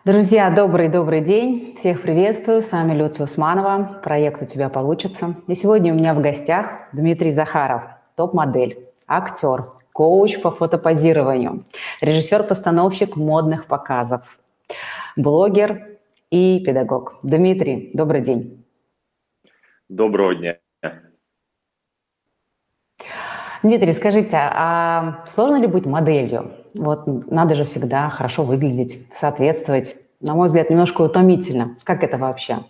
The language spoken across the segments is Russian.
Друзья, добрый день. Всех приветствую. С вами Люция Усманова. Проект «У тебя получится». И сегодня у меня в гостях Дмитрий Захаров, топ-модель, актер, коуч по фотопозированию, режиссер-постановщик модных показов, блогер и педагог. Дмитрий, добрый день. Доброго дня. Дмитрий, скажите, а сложно ли быть моделью? Вот надо же всегда хорошо выглядеть, соответствовать. На мой взгляд, немножко утомительно. Как это вообще?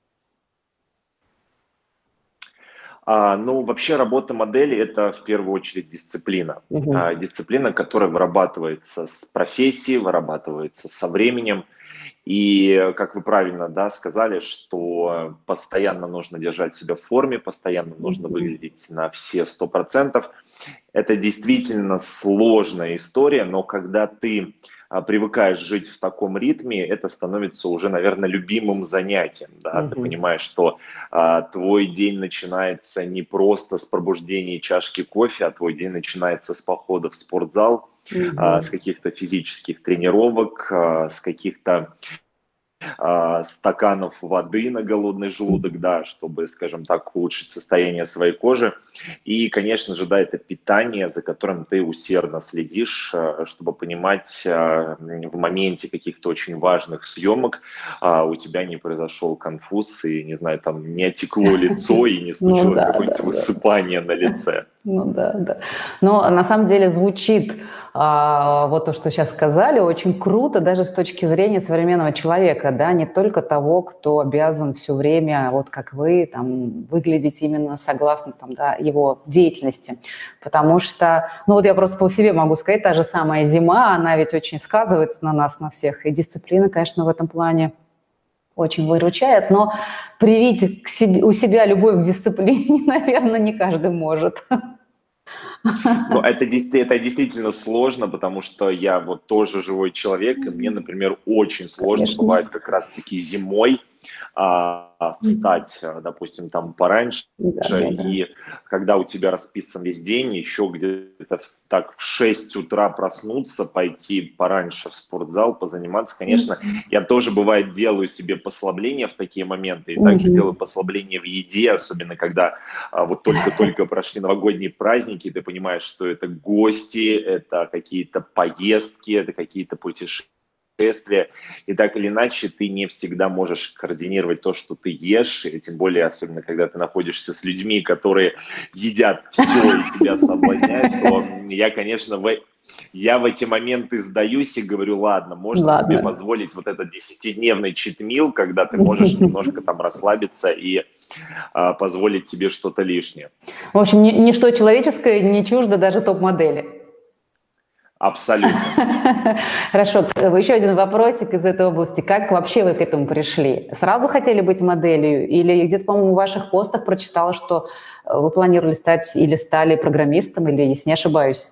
Вообще работа модели – это в первую очередь дисциплина. Мгм. Дисциплина, которая вырабатывается с профессией, вырабатывается со временем. И, как вы правильно, да, сказали, что постоянно нужно держать себя в форме, постоянно нужно Мгм. выглядеть на все 100%. Это действительно сложная история, но когда ты привыкаешь жить в таком ритме, это становится уже, наверное, любимым занятием. Да? Ты Мгм. понимаешь, что твой день начинается не просто с пробуждения чашки кофе, а твой день начинается с похода в спортзал, с Мгм. каких-то физических тренировок, с каких-то стаканов воды на голодный желудок, Мгм. да, чтобы, скажем так, улучшить состояние своей кожи. И, конечно же, да, это питание, за которым ты усердно следишь, чтобы понимать в моменте каких-то очень важных съемок у тебя не произошел конфуз и, не знаю, там не отекло лицо и не Ну случилось да, да, какое-нибудь да. высыпание на лице. Ну да, да. Но на самом деле звучит вот то, что сейчас сказали, очень круто даже с точки зрения современного человека, да, не только того, кто обязан все время, вот как вы, там, выглядеть именно согласно там, да, его деятельности. Потому что, ну вот я просто по себе могу сказать, та же самая зима, она ведь очень сказывается на нас, на всех. И дисциплина, конечно, в этом плане очень выручает, но привить у себя любовь к дисциплине, наверное, не каждый может. Но это действительно сложно, потому что я вот тоже живой человек, и мне, например, очень сложно Конечно. бывает как раз-таки зимой встать, допустим, там пораньше, Да, да, да. и когда у тебя расписан весь день, еще где-то так в 6 утра проснуться, пойти пораньше в спортзал, позаниматься, конечно, Мгм. я тоже, бывает, делаю себе послабления в такие моменты, и также делаю Мгм. послабления в еде, особенно когда вот только-только прошли новогодние праздники, и ты понимаешь, что это гости, это какие-то поездки, это какие-то путешествия, и так или иначе ты не всегда можешь координировать то, что ты ешь, и тем более, особенно когда ты находишься с людьми, которые едят все и тебя соблазняют, то я, конечно, я в эти моменты сдаюсь и говорю, ладно, можно себе Ладно. позволить вот этот 10-дневный читмил, когда ты можешь немножко там расслабиться и позволить себе что-то лишнее. В общем, ничто человеческое не чуждо даже топ-модели. Абсолютно. Хорошо, еще один вопросик из этой области. Как вообще вы к этому пришли? Сразу хотели быть моделью? Или где-то, по-моему, в ваших постах прочитала, что вы планировали стать или стали программистом, или, если не ошибаюсь?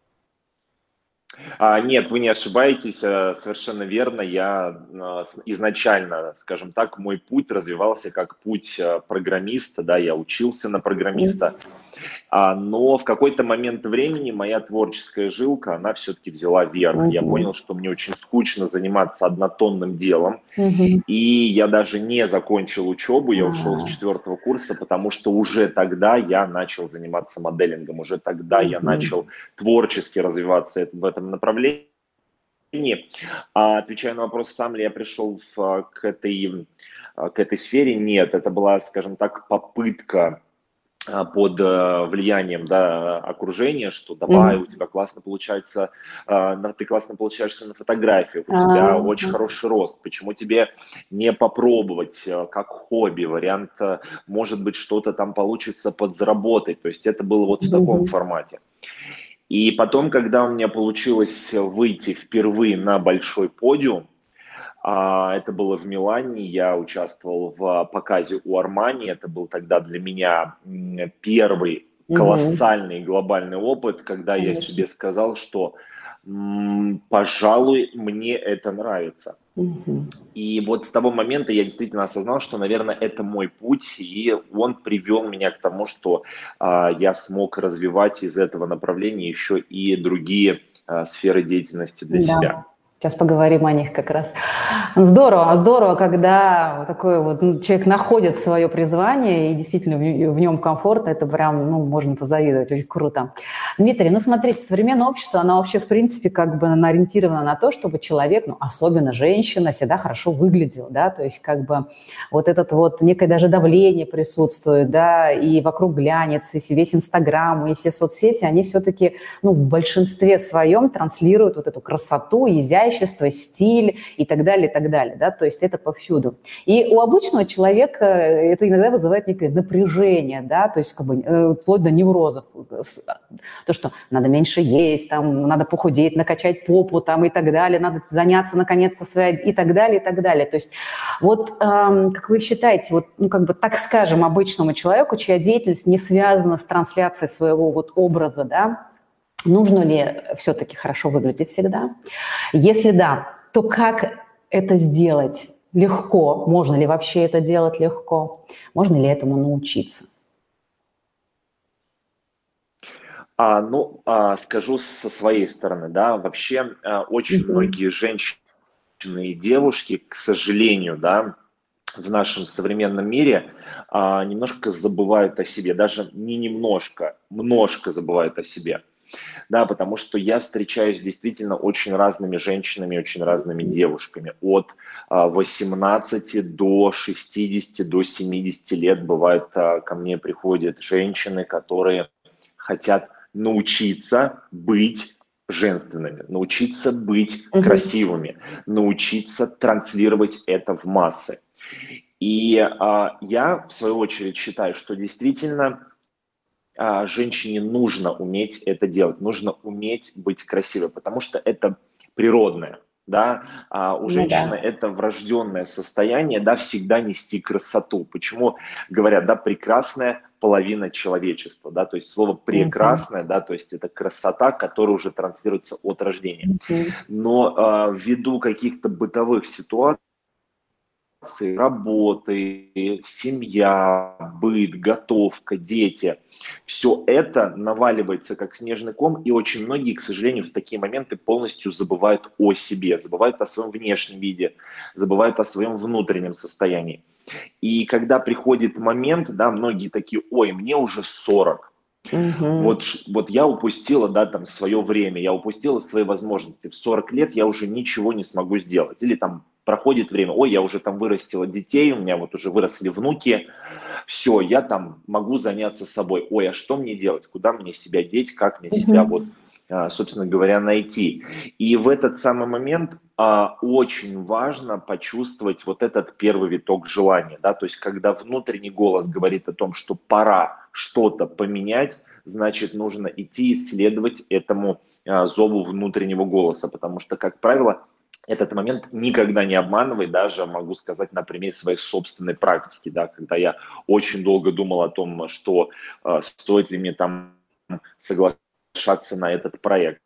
Нет, вы не ошибаетесь, совершенно верно. Я изначально, скажем так, мой путь развивался как путь программиста, да, я учился на программиста. Но в какой-то момент времени моя творческая жилка, она все-таки взяла верх. Я Мгм. понял, что мне очень скучно заниматься однотонным делом. Мгм. И я даже не закончил учебу, я ушел с А, 4-го курса, потому что уже тогда я начал заниматься моделингом, уже тогда я мгм. начал творчески развиваться в этом направлении. Отвечая на вопрос, сам ли я пришел к этой сфере, нет, это была, скажем так, попытка под влиянием, да, окружения, что давай, Мгм. у тебя классно получается, ты классно получаешься на фотографиях, у А, тебя очень хороший рост, почему тебе не попробовать как хобби, вариант, может быть, что-то там получится подзаработать, то есть это было вот в таком мгм. формате. И потом, когда у меня получилось выйти впервые на большой подиум, это было в Милане, я участвовал в показе у Армани, это был тогда для меня первый Мгм. колоссальный глобальный опыт, когда я Конечно. себе сказал, что, пожалуй, мне это нравится. Мгм. И вот с того момента я действительно осознал, что, наверное, это мой путь, и он привел меня к тому, что я смог развивать из этого направления еще и другие сферы деятельности для Да. себя. Сейчас поговорим о них как раз. Здорово, здорово, когда вот такой вот человек находит свое призвание и действительно в нем комфорт, это прям, ну, можно позавидовать, очень круто. Дмитрий, ну, смотрите, современное общество, оно вообще, в принципе, как бы ориентировано на то, чтобы человек, ну, особенно женщина, всегда хорошо выглядел, да, то есть как бы вот этот вот некое даже давление присутствует, да, и вокруг глянец, и весь Инстаграм, и все соцсети, они все-таки, ну, в большинстве своем транслируют вот эту красоту, изящество, стиль и так далее, да, то есть это повсюду. И у обычного человека это иногда вызывает некое напряжение, да, то есть как бы вплоть до неврозов. То, что надо меньше есть, там, надо похудеть, накачать попу там, и так далее, надо заняться наконец-то своей и так далее, и так далее. То есть вот как вы считаете, вот, ну, как бы, так скажем, обычному человеку, чья деятельность не связана с трансляцией своего вот образа, да, нужно ли все-таки хорошо выглядеть всегда? Если да, то как это сделать? Легко? Можно ли вообще это делать легко? Можно ли этому научиться? Скажу со своей стороны, да, вообще очень многие женщины и девушки, к сожалению, да, в нашем современном мире немножко забывают о себе, даже не немножко, множко забывают о себе. Да, потому что я встречаюсь действительно очень разными женщинами, очень разными девушками. От 18 до 60, до 70 лет бывает, ко мне приходят женщины, которые хотят научиться быть женственными, научиться быть красивыми, научиться транслировать это в массы. И я, в свою очередь, считаю, что действительно женщине нужно уметь это делать, нужно уметь быть красивой, потому что это природное, да, у женщины это врожденное состояние, да, всегда нести красоту. Почему говорят, да, прекрасная половина человечества, да, то есть слово прекрасное, да, то есть это красота, которая уже транслируется от рождения. Но ввиду каких-то бытовых ситуаций, работы, семья, быт, готовка, дети. Все это наваливается как снежный ком, и очень многие, к сожалению, в такие моменты полностью забывают о себе, забывают о своем внешнем виде, забывают о своем внутреннем состоянии. И когда приходит момент, да, многие такие, ой, мне уже 40. Вот я упустила, да, там, свое время, я упустила свои возможности. В 40 лет я уже ничего не смогу сделать. Или там проходит время, ой, я уже там вырастила детей, у меня вот уже выросли внуки, все, я там могу заняться собой. Ой, а что мне делать? Куда мне себя деть? Как мне себя вот, собственно говоря, найти? И в этот самый момент очень важно почувствовать вот этот первый виток желания, да, то есть когда внутренний голос говорит о том, что пора что-то поменять, значит, нужно идти исследовать этому зову внутреннего голоса, потому что, как правило, этот момент никогда не обманывает, даже могу сказать на примере своей собственной практики, да, когда я очень долго думал о том, что стоит ли мне там соглашаться на этот проект,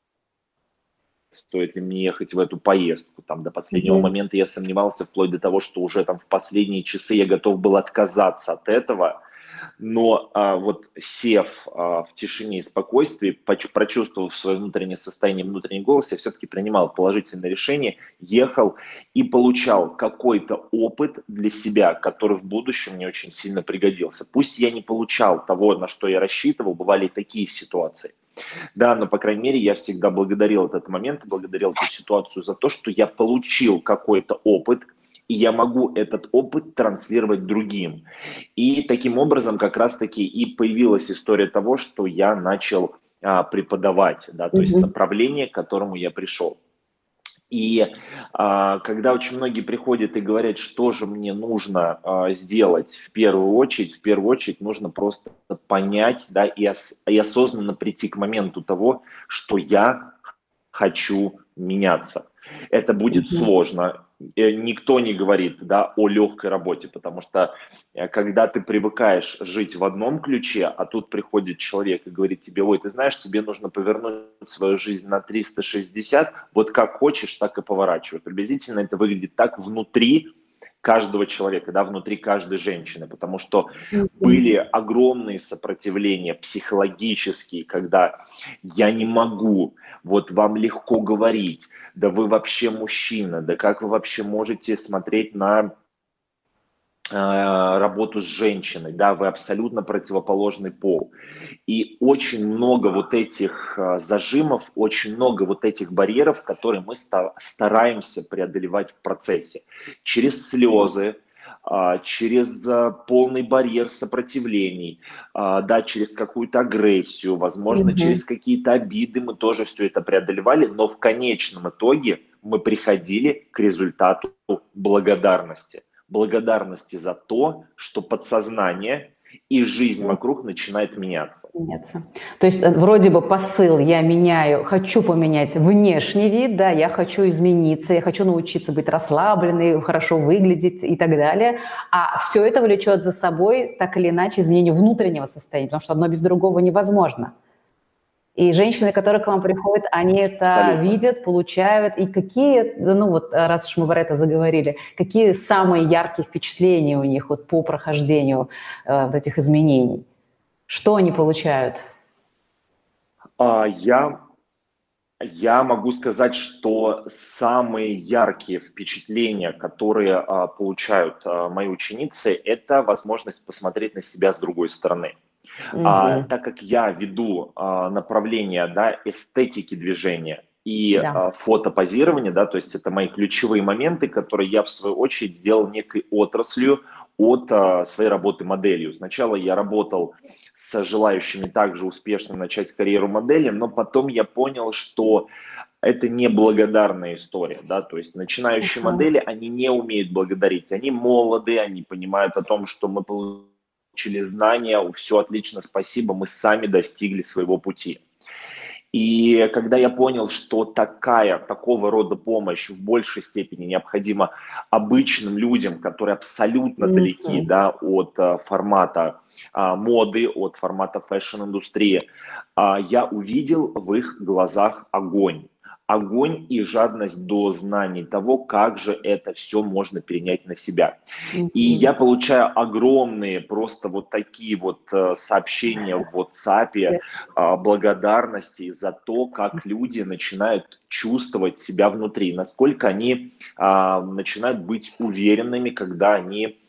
стоит ли мне ехать в эту поездку. Там до последнего момента я сомневался, вплоть до того, что уже там в последние часы я готов был отказаться от этого. Но вот сев в тишине и спокойствии, прочувствовав свое внутреннее состояние, внутренний голос, я все-таки принимал положительное решение, ехал и получал какой-то опыт для себя, который в будущем мне очень сильно пригодился. Пусть я не получал того, на что я рассчитывал, бывали и такие ситуации. Да, но, по крайней мере, я всегда благодарил этот момент, благодарил эту ситуацию за то, что я получил какой-то опыт, и я могу этот опыт транслировать другим. И таким образом как раз-таки и появилась история того, что я начал преподавать, да, то есть направление, к которому я пришел. И когда очень многие приходят и говорят, что же мне нужно сделать в первую очередь нужно просто понять, да, и осознанно прийти к моменту того, что я хочу меняться. Это будет сложно. Никто не говорит, да, о легкой работе, потому что когда ты привыкаешь жить в одном ключе, а тут приходит человек и говорит тебе, ой, ты знаешь, тебе нужно повернуть свою жизнь на 360, вот как хочешь, так и поворачивай. Приблизительно это выглядит так внутри, каждого человека, да, внутри каждой женщины, потому что Мгм. были огромные сопротивления психологические, когда я не могу, вот вам легко говорить, да вы вообще мужчина, да как вы вообще можете смотреть на работу с женщиной, да, вы абсолютно противоположный пол. И очень много вот этих зажимов, очень много вот этих барьеров, которые мы стараемся преодолевать в процессе. Через слезы, через полный барьер сопротивлений, да, через какую-то агрессию, возможно, Мгм. через какие-то обиды мы тоже все это преодолевали, но в конечном итоге мы приходили к результату благодарности. Благодарности за то, что подсознание и жизнь вокруг начинает меняться. Меняться. То есть вроде бы посыл я меняю, хочу поменять внешний вид, да, я хочу измениться, я хочу научиться быть расслабленной, хорошо выглядеть и так далее, а все это влечет за собой так или иначе изменение внутреннего состояния, потому что одно без другого невозможно. И женщины, которые к вам приходят, они это Абсолютно. видят, получают. И какие, ну вот раз уж мы про это заговорили, какие самые яркие впечатления у них вот по прохождению вот этих изменений? Что они получают? А, Я, я могу сказать, что самые яркие впечатления, которые получают мои ученицы, это возможность посмотреть на себя с другой стороны. Мгм. Так как я веду направление, да, эстетики движения и Да. фотопозирования, да, то есть это мои ключевые моменты, которые я в свою очередь сделал некой отраслью от своей работы моделью. Сначала я работал с желающими также успешно начать карьеру модели, но потом я понял, что это неблагодарная история, да, то есть начинающие Мгм. модели, они не умеют благодарить, они молоды, они понимают о том, что мы получили знания, все отлично, спасибо, мы сами достигли своего пути. И когда я понял, что такого рода помощь в большей степени необходима обычным людям, которые абсолютно далеки, Мгм. да, от формата моды, от формата фэшн-индустрии, я увидел в их глазах огонь. Огонь и жадность до знаний того, как же это все можно перенять на себя. И Мгм. я получаю огромные просто вот такие вот сообщения в WhatsApp, благодарности за то, как люди начинают чувствовать себя внутри, насколько они начинают быть уверенными, когда они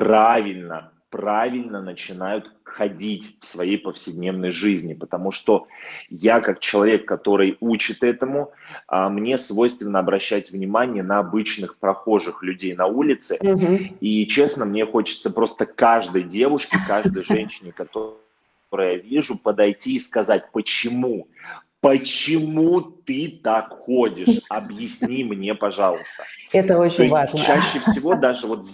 правильно начинают ходить в своей повседневной жизни, потому что я как человек, который учит этому, мне свойственно обращать внимание на обычных прохожих людей на улице, Мгм. и честно, мне хочется просто каждой девушке, каждой женщине, которая я вижу, подойти и сказать, почему? Почему ты так ходишь? Объясни мне, пожалуйста. Это То очень есть важно. чаще всего даже вот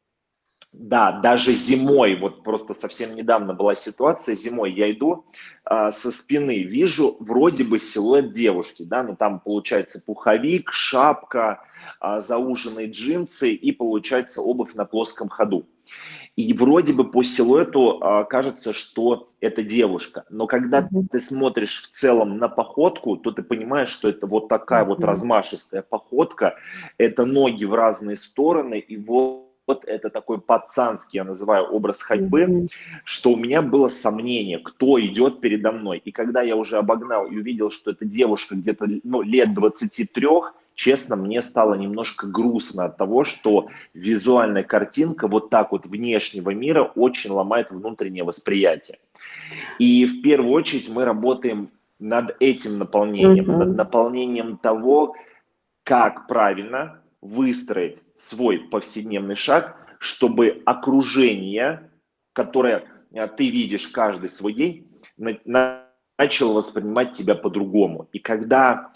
да, даже зимой, вот просто совсем недавно была ситуация, зимой я иду со спины, вижу вроде бы силуэт девушки, да, но там получается пуховик, шапка, зауженные джинсы и получается обувь на плоском ходу. И вроде бы по силуэту кажется, что это девушка, но когда Мгм. ты смотришь в целом на походку, то ты понимаешь, что это вот такая вот Мгм. размашистая походка, это ноги в разные стороны, и вот это такой пацанский, я называю, образ ходьбы, Мгм. что у меня было сомнение, кто идет передо мной. И когда я уже обогнал и увидел, что это девушка где-то ну, лет 23, честно, мне стало немножко грустно от того, что визуальная картинка вот так вот внешнего мира очень ломает внутреннее восприятие. И в первую очередь мы работаем над этим наполнением, над Мгм. наполнением того, как правильно выстроить свой повседневный шаг, чтобы окружение, которое ты видишь каждый свой день, начало воспринимать тебя по-другому. И когда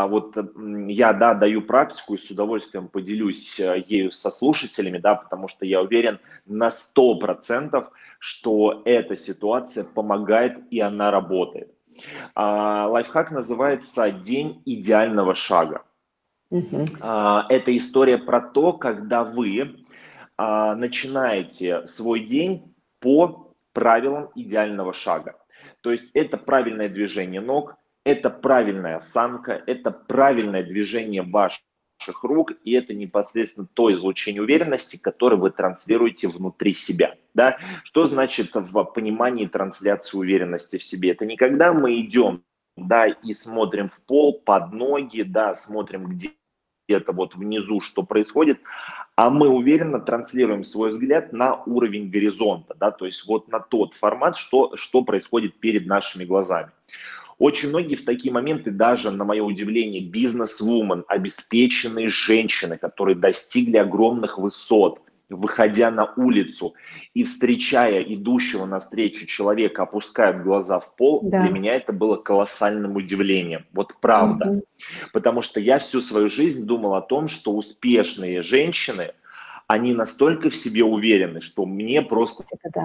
я даю практику и с удовольствием поделюсь ею со слушателями, да, потому что я уверен на 100%, что эта ситуация помогает и она работает. Лайфхак называется «День идеального шага». Мгм. Это история про то, когда вы начинаете свой день по правилам идеального шага. То есть это правильное движение ног, это правильная осанка, это правильное движение ваших рук, и это непосредственно то излучение уверенности, которое вы транслируете внутри себя. Да? Что значит в понимании трансляции уверенности в себе? Это не когда мы идем, да, и смотрим в пол, под ноги, да, смотрим где-то вот внизу, что происходит, а мы уверенно транслируем свой взгляд на уровень горизонта, да, то есть вот на тот формат, что происходит перед нашими глазами. Очень многие в такие моменты, даже, на мое удивление, бизнес-вумен, обеспеченные женщины, которые достигли огромных высот, выходя на улицу и встречая идущего навстречу человека, опускают глаза в пол, Да. для меня это было колоссальным удивлением. Вот правда. Потому что я всю свою жизнь думал о том, что успешные женщины, они настолько в себе уверены, что мне просто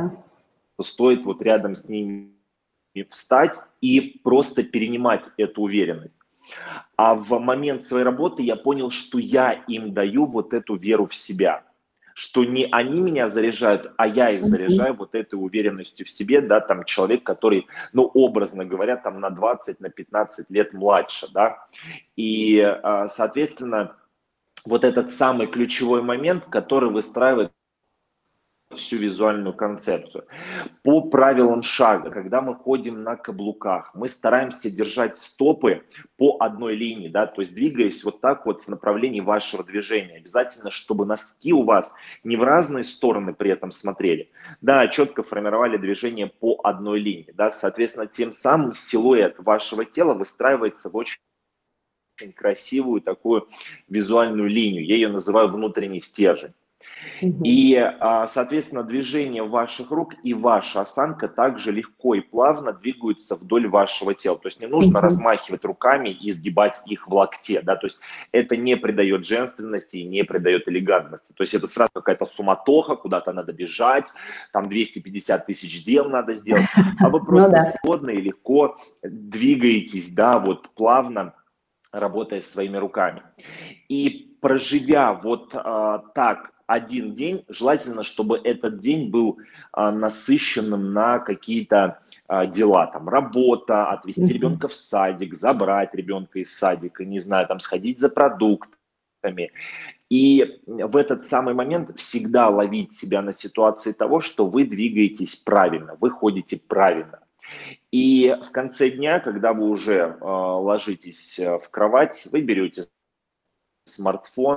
стоит вот рядом с ними встать и просто перенимать эту уверенность. А в момент своей работы я понял, что я им даю вот эту веру в себя. Что не они меня заряжают, а я их заряжаю вот этой уверенностью в себе, да, там человек, который, ну, образно говоря, там на 20, на 15 лет младше, да. И, соответственно, вот этот самый ключевой момент, который выстраивает всю визуальную концепцию. По правилам шага, когда мы ходим на каблуках, мы стараемся держать стопы по одной линии, да, то есть двигаясь вот так вот в направлении вашего движения. Обязательно, чтобы носки у вас не в разные стороны при этом смотрели, да, четко формировали движение по одной линии, да, соответственно, тем самым силуэт вашего тела выстраивается в очень красивую такую визуальную линию. Я ее называю внутренний стержень. И, соответственно, движение ваших рук и ваша осанка также легко и плавно двигаются вдоль вашего тела. То есть не нужно размахивать руками и сгибать их в локте. Да? То есть это не придает женственности и не придает элегантности. То есть это сразу какая-то суматоха, куда-то надо бежать, там 250 тысяч дел надо сделать. А вы просто свободно и легко двигаетесь, да, вот плавно, работая своими руками. И проживя вот так один день, желательно, чтобы этот день был насыщенным на какие-то дела, там, работа, отвезти ребенка в садик, забрать ребенка из садика, не знаю, там, сходить за продуктами. И в этот самый момент всегда ловить себя на ситуации того, что вы двигаетесь правильно, вы ходите правильно. И в конце дня, когда вы уже ложитесь в кровать, вы берете смартфон,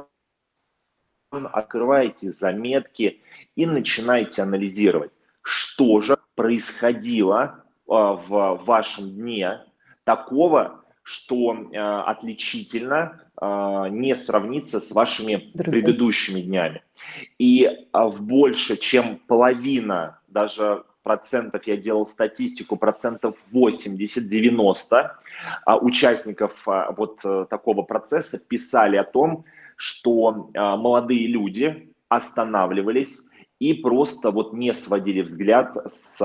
открываете заметки и начинаете анализировать, что же происходило в вашем дне такого, что отличительно не сравнится с вашими предыдущими днями. И в больше, чем половина, даже процентов, я делал статистику, процентов 80-90 участников вот такого процесса писали о том, что молодые люди останавливались и просто вот не сводили взгляд с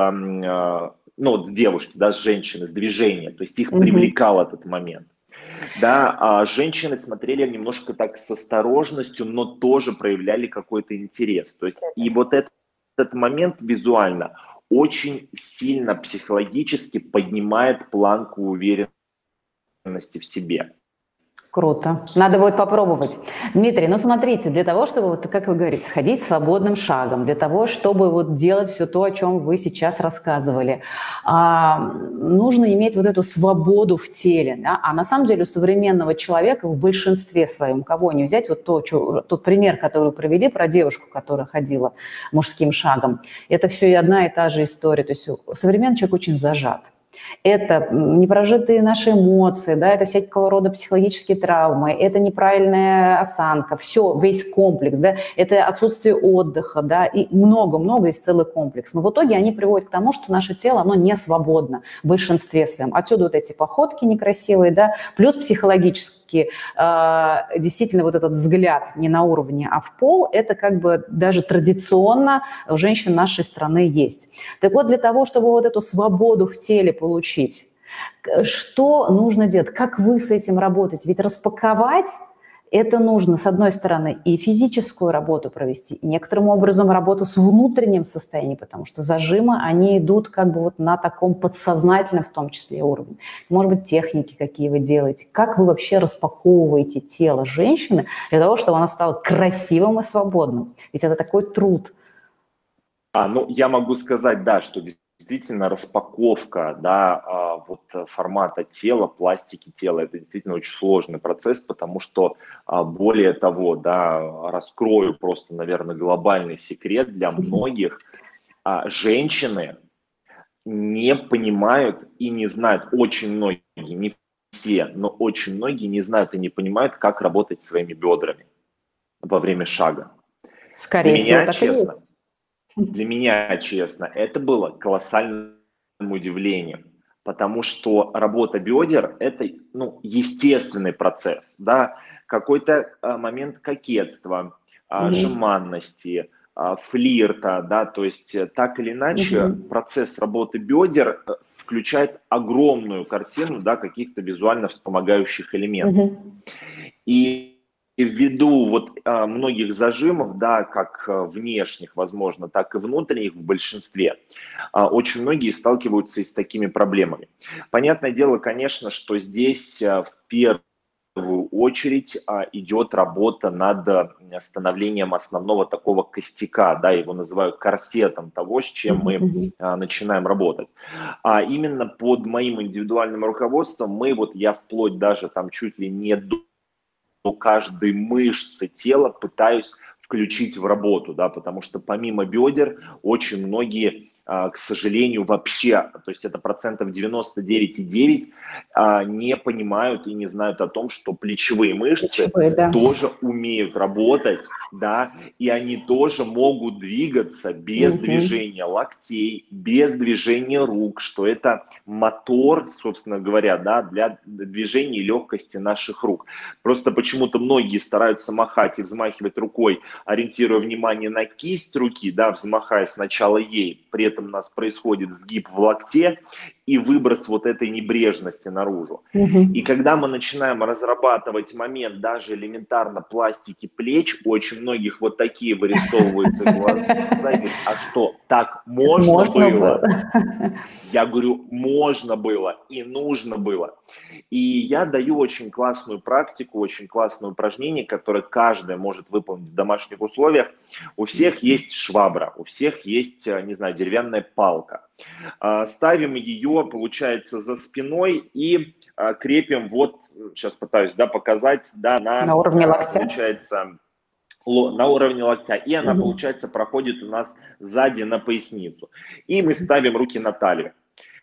девушки, да, с женщины, с движения, то есть их привлекал этот момент. Да, а женщины смотрели немножко так с осторожностью, но тоже проявляли какой-то интерес. То есть и вот этот момент визуально очень сильно психологически поднимает планку уверенности в себе. Круто. Надо будет попробовать. Дмитрий, ну смотрите, для того, чтобы, вот, как вы говорите, сходить свободным шагом, для того, чтобы вот делать все то, о чем вы сейчас рассказывали, нужно иметь вот эту свободу в теле. Да? А на самом деле у современного человека в большинстве своем, кого не взять, вот тот пример, который вы провели про девушку, которая ходила мужским шагом, это все и одна и та же история. То есть современный человек очень зажат. Это непрожитые наши эмоции, да, это всякого рода психологические травмы, это неправильная осанка, все, весь комплекс, да, это отсутствие отдыха, да, и много-много, есть целый комплекс. Но в итоге они приводят к тому, что наше тело, оно не свободно в большинстве своем. Отсюда вот эти походки некрасивые, да, плюс психологически действительно вот этот взгляд не на уровне, а в пол, это как бы даже традиционно у женщин нашей страны есть. Так вот, для того, чтобы вот эту свободу в теле получить, что нужно делать? Как вы с этим работаете? Ведь распаковать это нужно, с одной стороны, и физическую работу провести, и некоторым образом работу с внутренним состоянием, потому что зажимы, они идут как бы вот на таком подсознательном, в том числе, уровне. Может быть, техники какие вы делаете, как вы вообще распаковываете тело женщины для того, чтобы оно стало красивым и свободным. Ведь это такой труд. Ну, я могу сказать, да, что действительно распаковка, да, вот формата тела, пластики тела, это действительно очень сложный процесс, потому что, более того, да, раскрою просто, наверное, глобальный секрет для многих, женщины не понимают и не знают, очень многие, не все, но очень многие не знают и не понимают, как работать своими бедрами во время шага. Для Скорее всего, меня, так и есть. честно, для меня, честно, это было колоссальным удивлением, потому что работа бедер – это, ну, естественный процесс, да, какой-то момент кокетства, жеманности, флирта, да, то есть так или иначе процесс работы бедер включает огромную картину, да, каких-то визуально вспомогающих элементов. И ввиду вот многих зажимов, да, как внешних, возможно, так и внутренних в большинстве, очень многие сталкиваются с такими проблемами. Понятное дело, конечно, что здесь в первую очередь идет работа над становлением основного такого костяка, да, его называют корсетом того, с чем мы начинаем работать. А именно под моим индивидуальным руководством я вплоть даже там чуть ли не до каждой мышцы тела пытаюсь включить в работу, да, потому что помимо бедер очень многие, к сожалению, вообще, то есть это 99,9% не понимают и не знают о том, что плечевые мышцы Да. тоже умеют работать, да, и они тоже могут двигаться без движения локтей, без движения рук, что это мотор, собственно говоря, да, для движения и легкости наших рук. Просто почему-то многие стараются махать и взмахивать рукой, ориентируя внимание на кисть руки, да, взмахая сначала ей, при этом у нас происходит сгиб в локте и выброс вот этой небрежности наружу. И когда мы начинаем разрабатывать момент даже элементарно пластики плеч, у очень многих вот такие вырисовываются глаза и говорят, а что, так можно было? Я говорю, можно было и нужно было. И я даю очень классную практику, очень классное упражнение, которое каждый может выполнить в домашних условиях. У всех есть швабра, у всех есть, не знаю, деревянная палка. Ставим ее, получается, за спиной и крепим, вот, сейчас пытаюсь, да, показать, да, на уровне локтя. Получается, на уровне локтя, и она, получается, проходит у нас сзади на поясницу. И мы ставим руки на талию.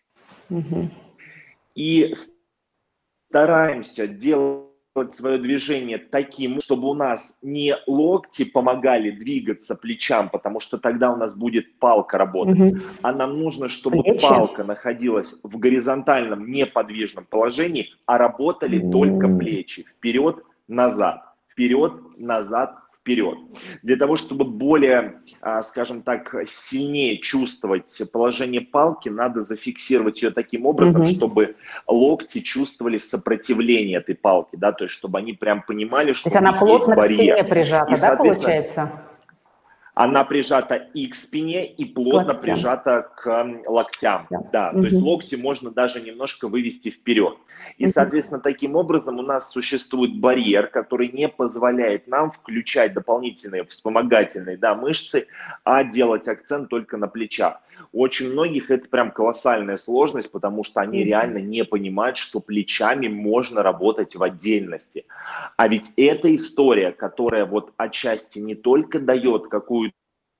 И стараемся делать свое движение таким, чтобы у нас не локти помогали двигаться плечам, потому что тогда у нас будет палка работать, а нам нужно, чтобы палка находилась в горизонтальном неподвижном положении, а работали только плечи вперед-назад, вперед-назад, вперед. Для того, чтобы более, скажем так, сильнее чувствовать положение палки, надо зафиксировать ее таким образом, чтобы локти чувствовали сопротивление этой палки, да, то есть чтобы они прям понимали, что то есть она плотно к спине прижата, и, да, получается? Она прижата и к спине, и плотно прижата к локтям. Да, то есть локти можно даже немножко вывести вперед. И, соответственно, таким образом у нас существует барьер, который не позволяет нам включать дополнительные вспомогательные, да, мышцы, а делать акцент только на плечах. У очень многих это прям колоссальная сложность, потому что они реально не понимают, что плечами можно работать в отдельности. А ведь эта история, которая вот отчасти не только дает какую-то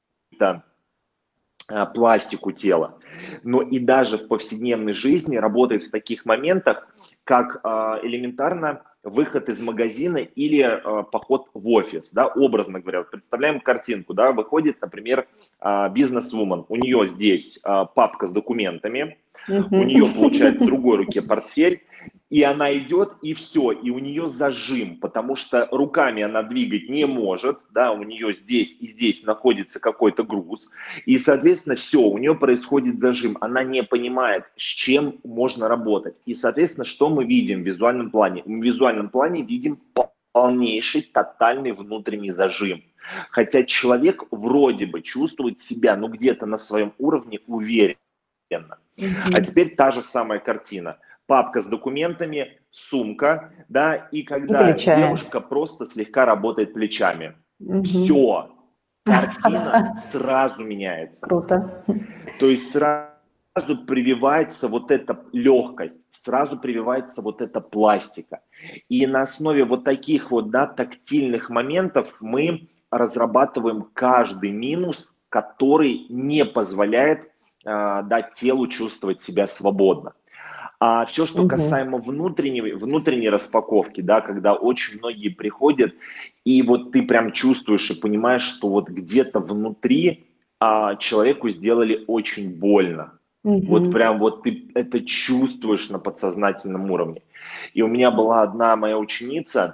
пластику тела, но и даже в повседневной жизни работает в таких моментах, как элементарно выход из магазина или поход в офис, да, образно говоря. Представляем картинку, да, выходит, например, бизнес-вумен, у нее здесь папка с документами, у нее, получается, в другой руке портфель, и она идет, и все, и у нее зажим, потому что руками она двигать не может, да, у нее здесь и здесь находится какой-то груз, и, соответственно, все, у нее происходит зажим, она не понимает, с чем можно работать. И, соответственно, что мы видим в визуальном плане? Мы в визуальном плане видим полнейший, тотальный внутренний зажим. Хотя человек вроде бы чувствует себя, ну, где-то на своем уровне уверенно. А теперь та же самая картина. Папка с документами, сумка, да, и И когда плечами. девушка просто слегка работает плечами. Мгм. Все, картина сразу меняется. Круто. То есть сразу прививается вот эта легкость, сразу прививается вот эта пластика. И на основе вот таких вот, да, тактильных моментов мы разрабатываем каждый минус, который не позволяет дать телу чувствовать себя свободно. А все, что Мгм. касаемо внутренней распаковки, да, когда очень многие приходят, и вот ты прям чувствуешь и понимаешь, что вот где-то внутри человеку сделали очень больно. Вот Мгм. прям вот ты это чувствуешь на подсознательном уровне. И у меня была одна моя ученица,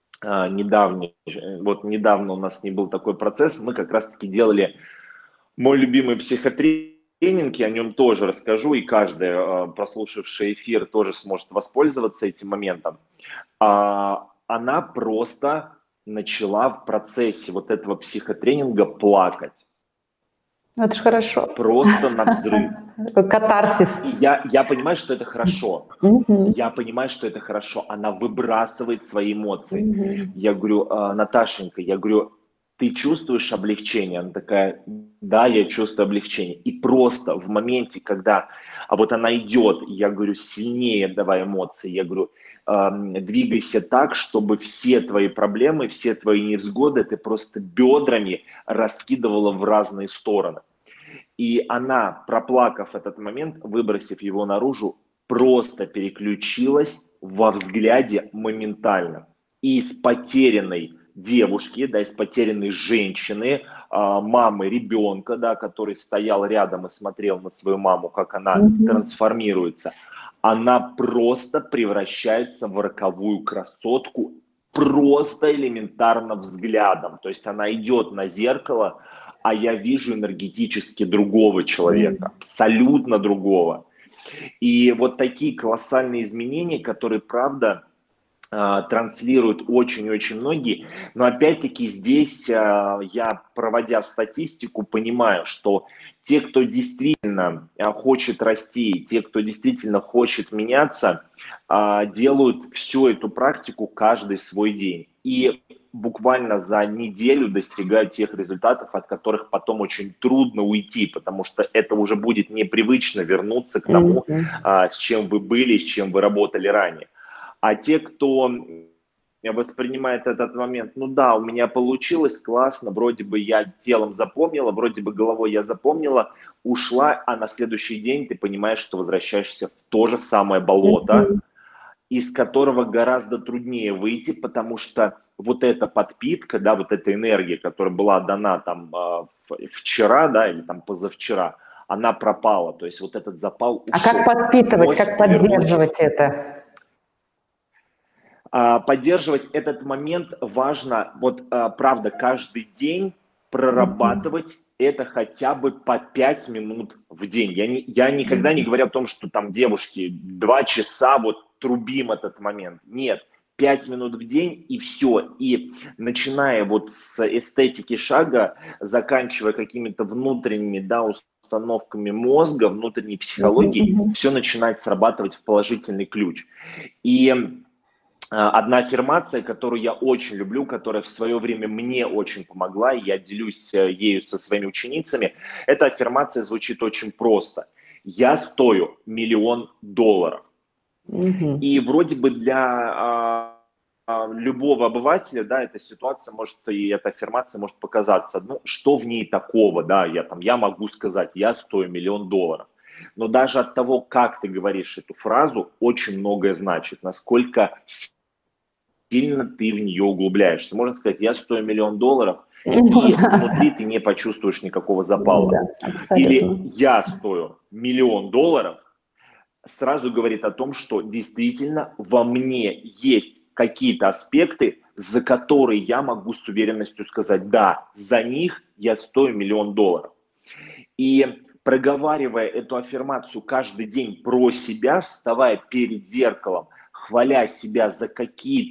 вот недавно у нас не был такой процесс, мы как раз-таки делали мой любимый психотренинг, я о нем тоже расскажу, и каждый, прослушавший эфир, тоже сможет воспользоваться этим моментом. Она просто начала в процессе вот этого психотренинга плакать. Ну, это ж хорошо. Просто на взрыв. Такой катарсис. И я понимаю, что это хорошо. Мгм. Я понимаю, что это хорошо. Она выбрасывает свои эмоции. Мгм. Я говорю, Наташенька, я говорю, ты чувствуешь облегчение? Она такая, да, я чувствую облегчение. И просто в моменте, когда вот она идет, я говорю, сильнее давай эмоции, я говорю, двигайся так, чтобы все твои проблемы, все твои невзгоды ты просто бедрами раскидывала в разные стороны. И она, проплакав этот момент, выбросив его наружу, просто переключилась во взгляде моментально. И из потерянной девушки, да, из потерянной женщины, мамы ребенка, да, который стоял рядом и смотрел на свою маму, как она Мгм. трансформируется, она просто превращается в роковую красотку просто элементарно взглядом. То есть она идет на зеркало, а я вижу энергетически другого человека, абсолютно другого. И вот такие колоссальные изменения, которые, правда, транслируют очень-очень многие. Но опять-таки здесь я, проводя статистику, понимаю, что те, кто действительно хочет расти, те, кто действительно хочет меняться, делают всю эту практику каждый свой день. И буквально за неделю достигают тех результатов, от которых потом очень трудно уйти, потому что это уже будет непривычно вернуться к тому, Мгм. с чем вы были, с чем вы работали ранее. А те, кто воспринимает этот момент, ну да, у меня получилось, классно, вроде бы я телом запомнила, вроде бы головой я запомнила, ушла, а на следующий день ты понимаешь, что возвращаешься в то же самое болото, Мгм. из которого гораздо труднее выйти, потому что вот эта подпитка, да, вот эта энергия, которая была дана там вчера, да, или там позавчера, она пропала, то есть вот этот запал А как ушел. подпитывать, Вновь как вернуть поддерживать это? поддерживать этот момент важно, вот правда, каждый день Мгм. прорабатывать это хотя бы по 5 минут в день. Я никогда не Мгм. говорю о том, что там девушки 2 часа вот трубим этот момент. Нет, 5 минут в день и все. И начиная вот с эстетики шага, заканчивая какими-то внутренними, да, установками мозга, внутренней Мгм. психологии, Мгм. все начинает срабатывать в положительный ключ. И одна аффирмация, которую я очень люблю, которая в свое время мне очень помогла, и я делюсь ею со своими ученицами, эта аффирмация звучит очень просто. Я стою $1 000 000. Мгм. И вроде бы для любого обывателя, да, эта ситуация может, и эта аффирмация может показаться, ну, что в ней такого, да, я могу сказать, я стою $1 000 000. Но даже от того, как ты говоришь эту фразу, очень многое значит, насколько сильно ты в нее углубляешься. Можно сказать, я стою $1 000 000, Ну и да. внутри ты не почувствуешь никакого Ну запала. да, абсолютно. Или я стою $1 000 000, сразу говорит о том, что действительно во мне есть какие-то аспекты, за которые я могу с уверенностью сказать, да, за них я стою $1 000 000. И проговаривая эту аффирмацию каждый день про себя, вставая перед зеркалом, хваля себя за какие-то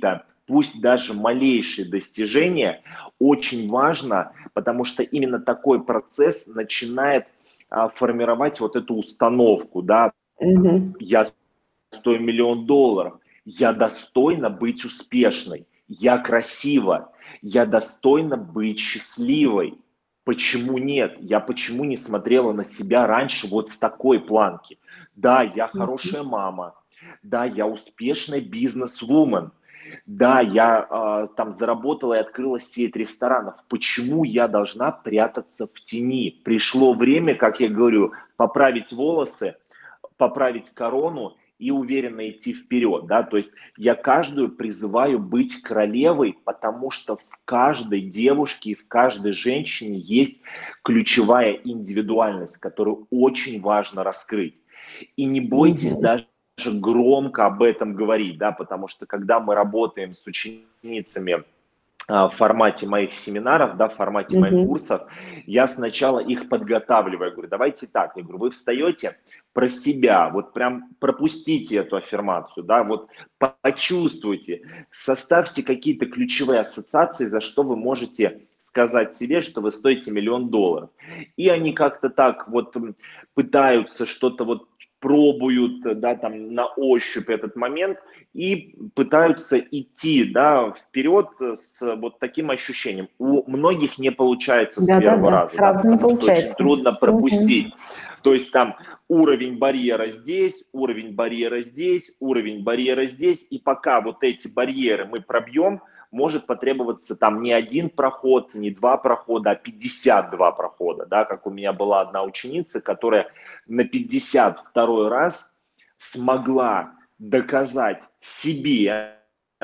пусть даже малейшие достижения, очень важно, потому что именно такой процесс начинает формировать вот эту установку, да, я стою $1 миллион, я достойна быть успешной, я красива, я достойна быть счастливой. Почему нет? Я почему не смотрела на себя раньше вот с такой планки? Да, я хорошая мама, да, я успешная бизнес-вумен, да, я там заработала и открыла сеть ресторанов. Почему я должна прятаться в тени? Пришло время, как я говорю, поправить волосы, поправить корону и уверенно идти вперед, да, то есть я каждую призываю быть королевой, потому что в каждой девушке и в каждой женщине есть ключевая индивидуальность, которую очень важно раскрыть. И не бойтесь даже громко об этом говорить, да, потому что когда мы работаем с ученицами в формате моих семинаров, да, в формате моих курсов, я сначала их подготавливаю. Я говорю, давайте так. Я говорю, вы встаете про себя, вот прям пропустите эту аффирмацию, да, вот почувствуйте, составьте какие-то ключевые ассоциации, за что вы можете сказать себе, что вы стоите $1 миллион. И они как-то так вот пытаются что-то вот пробуют, да, там на ощупь этот момент и пытаются идти, да, вперед с вот таким ощущением. У многих не получается с первого раза, сразу да, не потому что получается. очень трудно пропустить. То есть там уровень барьера здесь, уровень барьера здесь, уровень барьера здесь, и пока вот эти барьеры мы пробьем, может потребоваться там не 1 проход, не 2 прохода, а 52 прохода, да, как у меня была одна ученица, которая на 52-й раз смогла доказать себе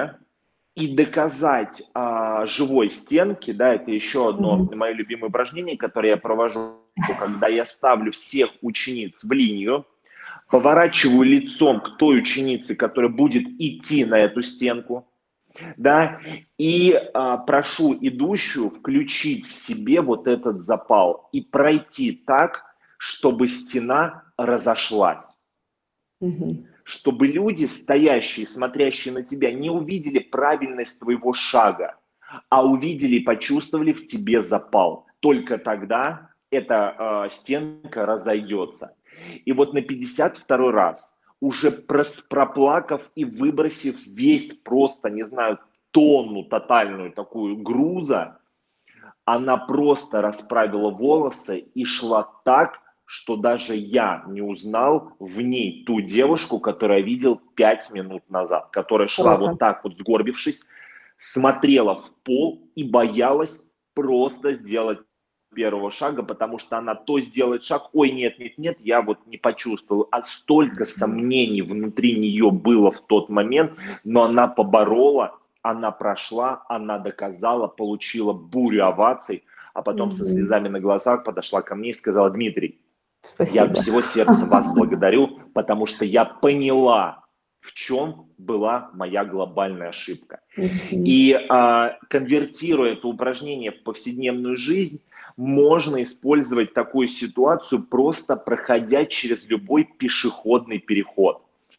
и доказать живой стенке, да, это еще одно мое любимое упражнение, которое я провожу, когда я ставлю всех учениц в линию, поворачиваю лицом к той ученице, которая будет идти на эту стенку, да, и прошу идущую включить в себе вот этот запал и пройти так, чтобы стена разошлась. Чтобы люди, стоящие, смотрящие на тебя, не увидели правильность твоего шага, а увидели и почувствовали в тебе запал. Только тогда эта стенка разойдется. И вот на 52-й раз, уже проплакав и выбросив весь просто, не знаю, тонну тотальную такую груза, она просто расправила волосы и шла так, что даже я не узнал в ней ту девушку, которую я видел 5 минут назад, которая шла вот так вот сгорбившись, смотрела в пол и боялась просто сделать первого шага, потому что она то сделает шаг, ой, нет, нет, нет, я вот не почувствовал. А столько сомнений внутри нее было в тот момент, но она поборола, она прошла, она доказала, получила бурю оваций, а потом со слезами на глазах подошла ко мне и сказала: Дмитрий, Спасибо. я от всего сердца вас благодарю, потому что я поняла, в чем была моя глобальная ошибка. И конвертируя это упражнение в повседневную жизнь, можно использовать такую ситуацию, просто проходя через любой пешеходный переход.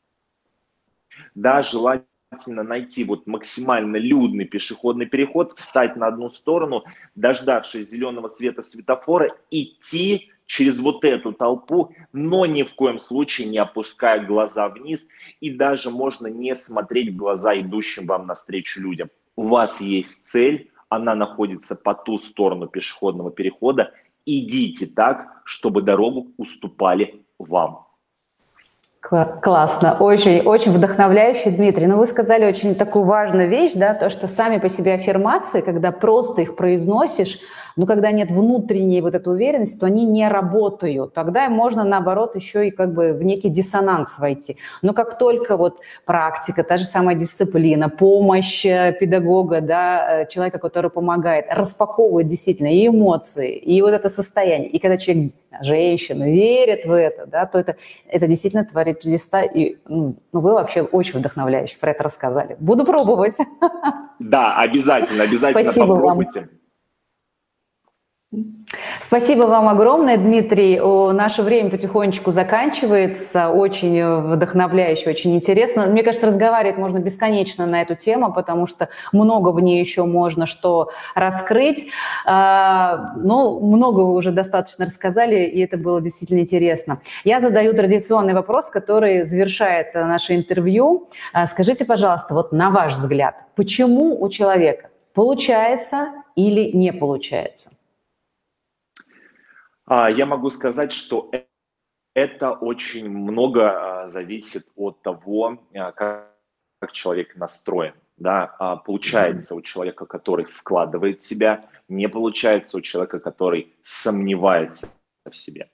Да, желательно найти вот максимально людный пешеходный переход, встать на одну сторону, дождавшись зеленого света светофора, идти через вот эту толпу, но ни в коем случае не опуская глаза вниз, и даже можно не смотреть в глаза идущим вам навстречу людям. У вас есть цель, она находится по ту сторону пешеходного перехода. Идите так, чтобы дорогу уступали вам. Классно, очень, очень вдохновляюще, Дмитрий. Но вы сказали очень такую важную вещь, да, то, что сами по себе аффирмации, когда просто их произносишь, но когда нет внутренней вот этой уверенности, то они не работают. Тогда можно, наоборот, еще и как бы в некий диссонанс войти. Но как только вот практика, та же самая дисциплина, помощь педагога, да, человека, который помогает, распаковывает действительно и эмоции, и вот это состояние, и когда человек, женщина, верит в это, да, то это действительно творит чудеса, и вы вообще очень вдохновляюще про это рассказали. Буду пробовать. Да, обязательно Спасибо попробуйте. Вам. Спасибо вам огромное, Дмитрий. Наше время потихонечку заканчивается. Очень вдохновляюще, очень интересно. Мне кажется, разговаривать можно бесконечно на эту тему, потому что много в ней еще можно что раскрыть. Но много вы уже достаточно рассказали, и это было действительно интересно. Я задаю традиционный вопрос, который завершает наше интервью. Скажите, пожалуйста, вот на ваш взгляд, почему у человека получается или не получается? Я могу сказать, что это очень много зависит от того, как человек настроен. Да? Получается у человека, который вкладывает в себя, не получается у человека, который сомневается в себе.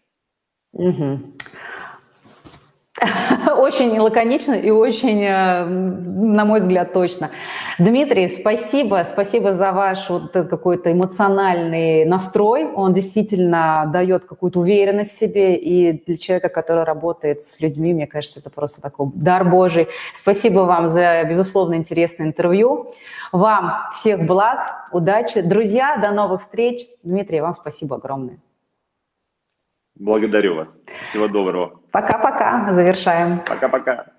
Очень лаконично и очень, на мой взгляд, точно. Дмитрий, спасибо. Спасибо за ваш вот какой-то эмоциональный настрой. Он действительно дает какую-то уверенность в себе. И для человека, который работает с людьми, мне кажется, это просто такой дар Божий. Спасибо вам за, безусловно, интересное интервью. Вам всех благ, удачи. Друзья, до новых встреч. Дмитрий, вам спасибо огромное. Благодарю вас. Всего доброго. Пока-пока. Завершаем. Пока-пока.